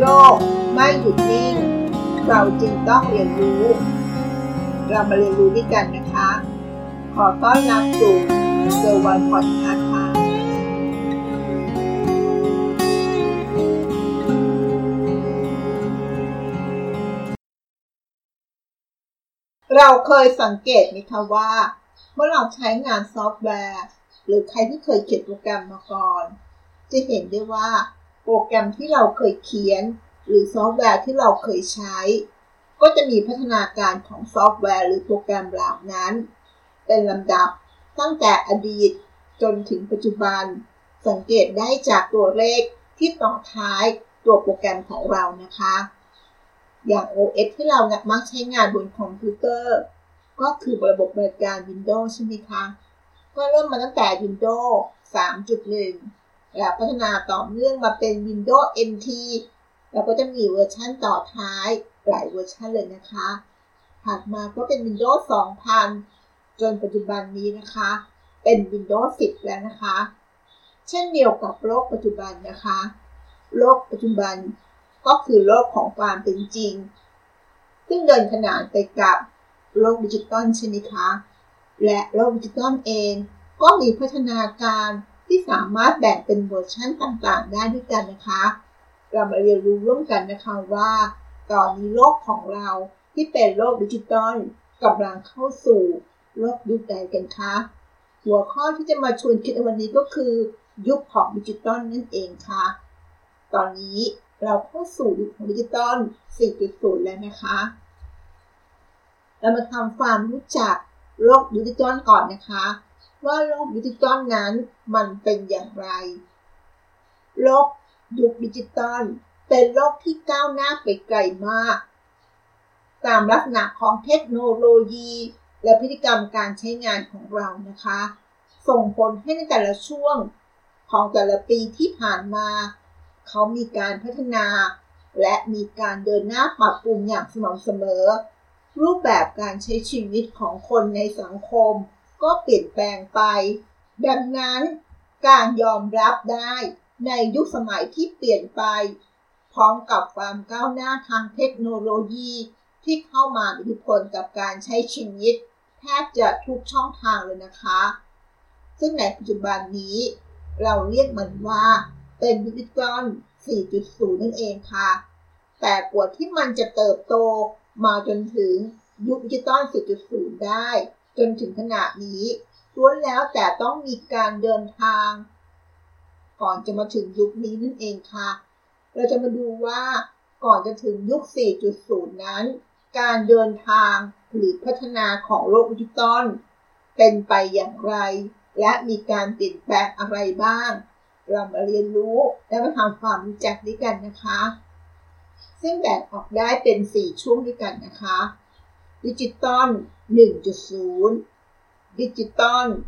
กไม่หยุดนิ่งเราจึงต้องเรียนรู้เรามาเรียนรู้ด้วยกันนะคะขอต้อนรับสู่เซอร์วันพอดคาสต์ค่ะเราเคยสังเกตไหมคะว่าเมื่อเราใช้งานซอฟต์แวร์หรือใครที่เคยเขียนโปรแกรมมาก่อนจะเห็นได้ว่าโปรแกรมที่เราเคยเขียนหรือซอฟต์แวร์ที่เราเคยใช้ก็จะมีพัฒนาการของซอฟต์แวร์หรือโปรแกรมเหล่านั้นเป็นลำดับตั้งแต่อดีตจนถึงปัจจุบันสังเกตได้จากตัวเลขที่ต่อท้ายตัวโปรแกรมของเรานะคะอย่าง OS ที่เรามักใช้งานบนคอมพิวเตอร์ก็คือระบบบริการ Windows ใช่ไหมคะก็เริ่มมาตั้งแต่ Windows 3.1 แล้วพัฒนาต่อเนื่องมาเป็น Windows NT แล้วก็จะมีเวอร์ชันต่อท้ายหลายเวอร์ชันเลยนะคะถัดมาก็เป็น Windows 2000 จนปัจจุบันนี้นะคะเป็น Windows 10 แล้วนะคะเช่นเดียวกับโลกปัจจุบันนะคะโลกปัจจุบันก็คือโลกของความเป็นจริงซึ่งเดินขนานไปกับโลกดิจิตอลใช่ไหมคะและโลกดิจิตอลเองก็มีพัฒนาการที่สามารถแบ่งเป็นเวอร์ชันต่างๆได้ด้วยกันนะคะเรามาเรียนรู้ร่วมกันนะคะว่าตอนนี้โลกของเราที่เป็นโลกดิจิตอลกำลังเข้าสู่โลกยุคใดกันคะหัวข้อที่จะมาชวนคิดในวันนี้ก็คือยุคของดิจิตอลนั่นเองค่ะตอนนี้เราเข้าสู่ยุคของดิจิตอล 4.0 แล้วนะคะเรามาทำความรู้จักโลกดิจิตอลก่อนนะคะว่าโลกดิจิตอลนั้นมันเป็นอย่างไรโลกยุคดิจิตอลเป็นโลกที่ก้าวหน้าไปไกลมากตามลักษณะของเทคโนโลยีและพฤติกรรมการใช้งานของเรานะคะส่งผลให้ในแต่ละช่วงของแต่ละปีที่ผ่านมาเขามีการพัฒนาและมีการเดินหน้าปรับปรุงอย่างสม่ำเสมอรูปแบบการใช้ชีวิตของคนในสังคมก็เปลี่ยนแปลงไปดังนั้นการยอมรับได้ในยุคสมัยที่เปลี่ยนไปพร้อมกับความก้าวหน้าทางเทคโนโลยีที่เข้ามามีอิทธิพลกับการใช้ชีวิตแทบจะทุกช่องทางเลยนะคะซึ่งในปัจจุบันนี้เราเรียกมันว่าเป็นดิจิตอล 4.0 นั่นเองค่ะแต่กว่าที่มันจะเติบโตมาจนถึงยุคดิจิตอล 4.0 ได้จนถึงขณะนี้ล้วนแล้วแต่ต้องมีการเดินทางก่อนจะมาถึงยุคนี้นั่นเองค่ะเราจะมาดูว่าก่อนจะถึงยุค 4.0 นั้นการเดินทางหรือพัฒนาของโลกดิจิตอลเป็นไปอย่างไรและมีการเปลี่ยนแปลงอะไรบ้างเรามาเรียนรู้และมาทำความรู้จักด้วยกันนะคะซึ่งแบ่งออกได้เป็น 4 ช่วงด้วยกันนะคะดิจิตอล 1.0 ดิจิตอล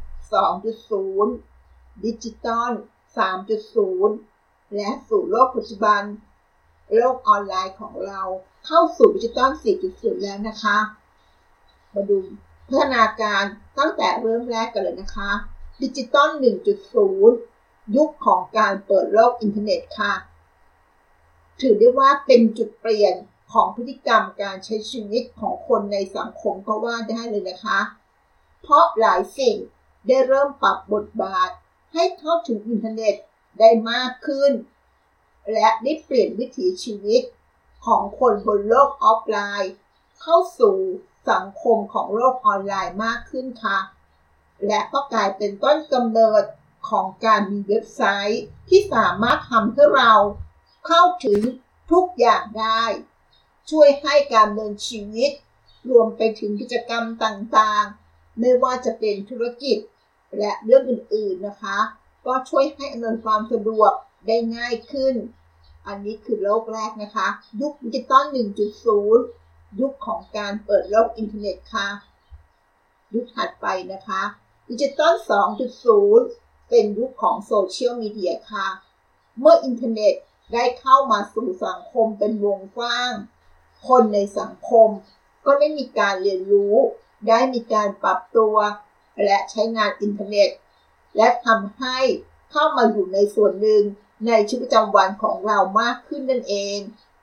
2.0 ดิจิตอล 3.0 และสู่โลกปัจจุบันโลกออนไลน์ของเราเข้าสู่ดิจิตอล 4.0 แล้วนะคะมาดูพัฒนาการตั้งแต่เริ่มแรกกันเลยนะคะดิจิตอล 1.0 ยุคของการเปิดโลกอินเทอร์เน็ตค่ะถือได้ว่าเป็นจุดเปลี่ยนของพฤติกรรมการใช้ชีวิตของคนในสังคมก็ว่าได้เลยนะคะเพราะหลายสิ่งได้เริ่มปรับบทบาทให้เข้าถึงอินเทอร์เน็ตได้มากขึ้นและได้เปลี่ยนวิถีชีวิตของคนบนโลกออฟไลน์เข้าสู่สังคมของโลกออนไลน์มากขึ้นค่ะและก็กลายเป็นต้นกำเนิดของการมีเว็บไซต์ที่สามารถทำให้เราเข้าถึงทุกอย่างได้ช่วยให้การดำเนินชีวิตรวมไปถึงกิจกรรมต่างๆไม่ว่าจะเป็นธุรกิจและเรื่องอื่นๆนะคะก็ช่วยให้อำนวยความสะดวกได้ง่ายขึ้นอันนี้คือโลกแรกนะคะยุคดิจิตอล 1.0 ยุคของการเปิดโลกอินเทอร์เน็ตค่ะยุคถัดไปนะคะดิจิตอล 2.0 เป็นยุคของโซเชียลมีเดียค่ะเมื่ออินเทอร์เน็ตได้เข้ามาสู่สังคมเป็นวงกว้างคนในสังคมก็ได้มีการเรียนรู้ได้มีการปรับตัวและใช้งานอินเทอร์เน็ตและทำให้เข้ามาอยู่ในส่วนหนึ่งในชีวิตประจำวันของเรามากขึ้นนั่นเอง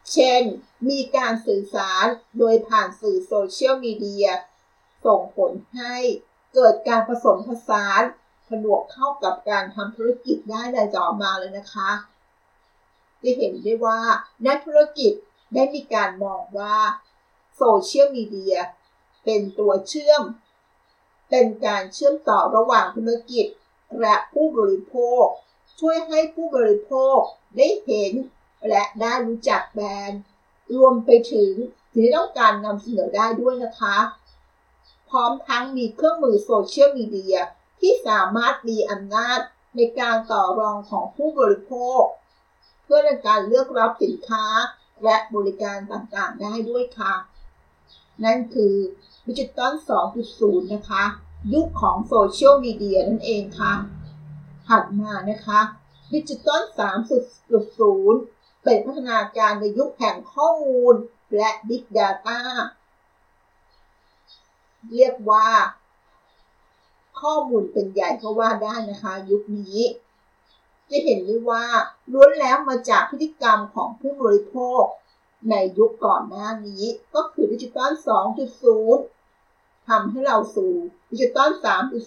เช่นมีการสื่อสารโดยผ่านสื่อโซเชียลมีเดียส่งผลให้เกิดการผสมผสานผนวกเข้ากับการทำธุรกิจได้ในต่อมาเลยนะคะจะเห็นได้ว่านักธุรกิจได้มีการมองว่าโซเชียลมีเดียเป็นตัวเชื่อมเป็นการเชื่อมต่อระหว่างธุรกิจและผู้บริโภคช่วยให้ผู้บริโภคได้เห็นและได้รู้จักแบรนด์รวมไปถึงสิ่งที่ต้องการนำเสนอได้ด้วยนะคะพร้อมทั้งมีเครื่องมือโซเชียลมีเดียที่สามารถมีอำนาจในการต่อรองของผู้บริโภคเพื่อในการเลือกรับสินค้าและบริการต่างๆได้ด้วยค่ะนั่นคือดิจิตอล 2.0 นะคะยุคของโซเชียลมีเดียนั่นเองค่ะถัดมานะคะดิจิตอล 3.0 เป็นพัฒนาการในยุคแห่งข้อมูลและ Big Data เรียกว่าข้อมูลเป็นใหญ่ก็ว่าได้นะคะยุคนี้จะเห็นได้ว่าล้วนแล้วมาจากพฤติกรรมของผู้บริโภคในยุคก่อนหน้านี้ก็คือดิจิตอล 2.0 ทำให้เราสู่ดิจิตอล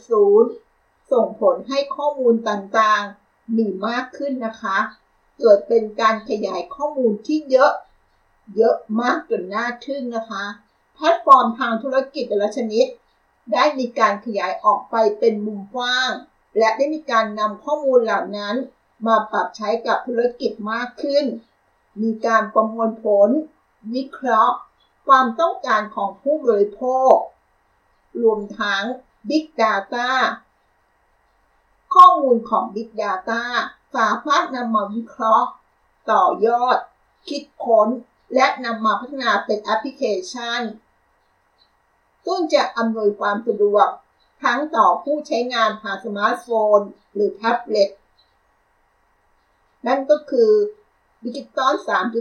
3.0 ส่งผลให้ข้อมูลต่างๆมีมากขึ้นนะคะเกิดเป็นการขยายข้อมูลที่เยอะมากจนน่าทึ่งนะคะแพลตฟอร์มทางธุรกิจแต่ละชนิดได้มีการขยายออกไปเป็นมุมกว้างและได้มีการนำข้อมูลเหล่านั้นมาปรับใช้กับธุรกิจมากขึ้นมีการประมวลผลวิเคราะห์ความต้องการของผู้บริโภครวมทั้ง Big Data ข้อมูลของ Big Data สามารถนำมาวิเคราะห์ต่อยอดคิดค้นและนำมาพัฒนาเป็นแอปพลิเคชันซึ่งจะอำนวยความสะดวกทั้งต่อผู้ใช้งานผ่านสมาร์ทโฟนหรือแท็บเล็ตนั่นก็คือดิจิตอล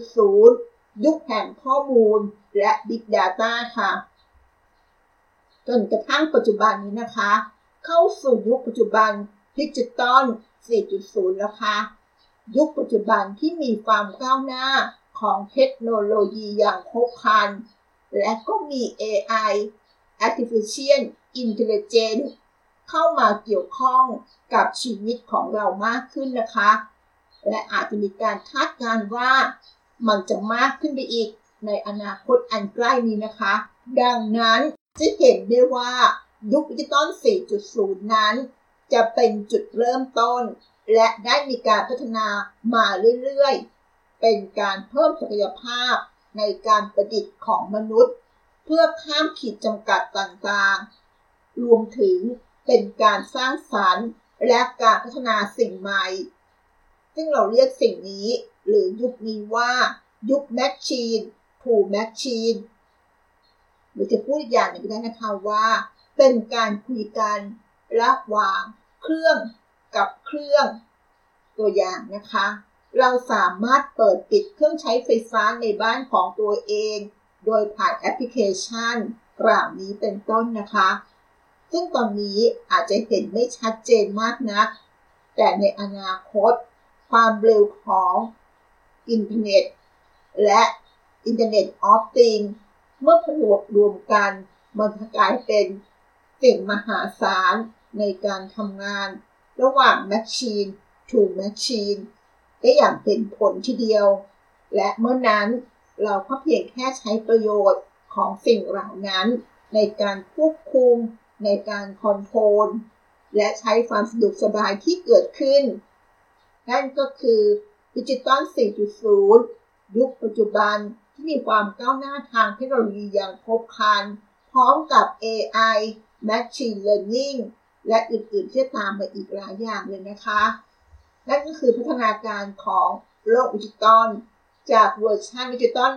3.0 ยุคแห่งข้อมูลและ Big Data ค่ะจนกระทั่งปัจจุบันนี้นะคะเข้าสู่ยุคปัจจุบันดิจิตอล 4.0 แล้วค่ะยุคปัจจุบันที่มีความก้าวหน้าของเทคโนโลยีอย่างครบครันและก็มี AI Artificial Intelligence เข้ามาเกี่ยวข้องกับชีวิตของเรามากขึ้นนะคะและอาจจะมีการคาดการณ์ว่ามันจะมากขึ้นไปอีกในอนาคตอันใกล้นี้นะคะดังนั้นจะเห็นได้ว่ายุคดิจิตอล 4.0 นั้นจะเป็นจุดเริ่มต้นและได้มีการพัฒนามาเรื่อยๆเป็นการเพิ่มศักยภาพในการประดิษฐ์ของมนุษย์เพื่อข้ามขีดจำกัดต่างๆรวมถึงเป็นการสร้างสรรค์และการพัฒนาสิ่งใหม่ซึ่งเราเรียกสิ่งนี้หรือยุคนี้ว่ายุค Machine to Machine หรือจะพูดอย่างหนึ่งได้นะคะว่าเป็นการคุยกันระหว่างเครื่องกับเครื่องตัวอย่างนะคะเราสามารถเปิดปิดเครื่องใช้ไฟฟ้าในบ้านของตัวเองโดยผ่านแอปพลิเคชันเหล่านี้เป็นต้นนะคะซึ่งตอนนี้อาจจะเห็นไม่ชัดเจนมากนักแต่ในอนาคตความเร็วของอินเทอร์เน็ตและ Internet of Things เมื่อผนวกรวมกันมันจะกลายเป็นสิ่งมหาศาลในการทำงานระหว่าง Machine to Machine ได้อย่างเป็นผลทีเดียวและเมื่อนั้นเราก็เพียงแค่ใช้ประโยชน์ของสิ่งเหล่านั้นในการควบคุมในการคอนโทรลและใช้ความสะดวกสบายที่เกิดขึ้นนั่นก็คือดิจิตอล 4.0 ยุคปัจจุบันที่มีความก้าวหน้าทางเทคโนโลยีอย่างครบครันพร้อมกับ AI Machine Learning และอื่นๆที่ตามมาอีกหลายอย่างเลยนะคะนั่นก็คือพัฒนาการของโลกดิจิตอลจากเวอร์ชันดิจิตอล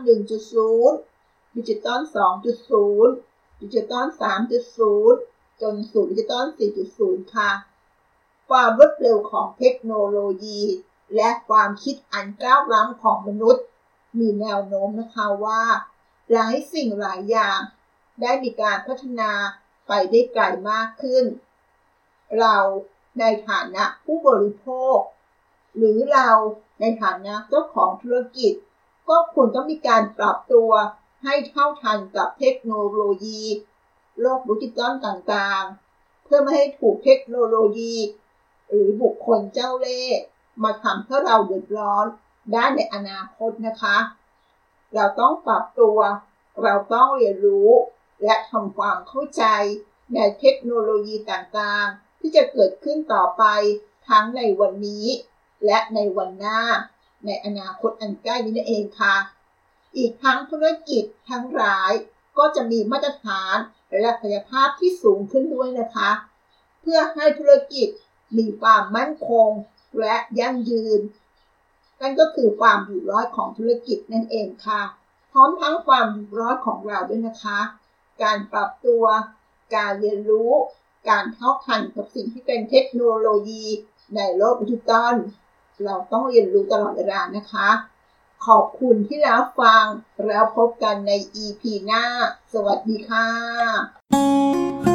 1.0 ดิจิตอล 2.0 ดิจิตอล 3.0 จนสู่ดิจิตอล 4.0 ค่ะความรวดเร็วของเทคโนโลยีและความคิดอันก้าวล้ำของมนุษย์มีแนวโน้มนะคะว่าหลายสิ่งหลายอย่างได้มีการพัฒนาไปได้ไกลมากขึ้นเราในฐานะผู้บริโภคหรือเราในฐานะเจ้าของธุรกิจก็ควรต้องมีการปรับตัวให้เท่าทันกับเทคโนโลยีโลกดิจิตอลต่างๆเพื่อไม่ให้ถูกเทคโนโลยีหรือบุคคลเจ้าเล่ห์มาทำให้เราเดือดร้อนได้ในอนาคตนะคะเราต้องปรับตัวเราต้องเรียนรู้และทำความเข้าใจในเทคโนโลยีต่างๆที่จะเกิดขึ้นต่อไปทั้งในวันนี้และในวันหน้าในอนาคตอันใกล้นี้นั่นเองค่ะอีกทั้งธุรกิจทั้งหลายก็จะมีมาตรฐานและศักยภาพที่สูงขึ้นด้วยนะคะเพื่อให้ธุรกิจมีความมั่นคงและยั่งยืนนั่นก็คือความอยู่รอดของธุรกิจนั่นเองค่ะพร้อมทั้งความอยู่รอดของเราด้วยนะคะการปรับตัวการเรียนรู้การเท่าทันกับสิ่งที่เป็นเทคโนโลยีในโลกดิจิตอลเราต้องเรียนรู้ตลอดเวลานะคะขอบคุณที่รับฟังแล้วพบกันใน EP หน้าสวัสดีค่ะ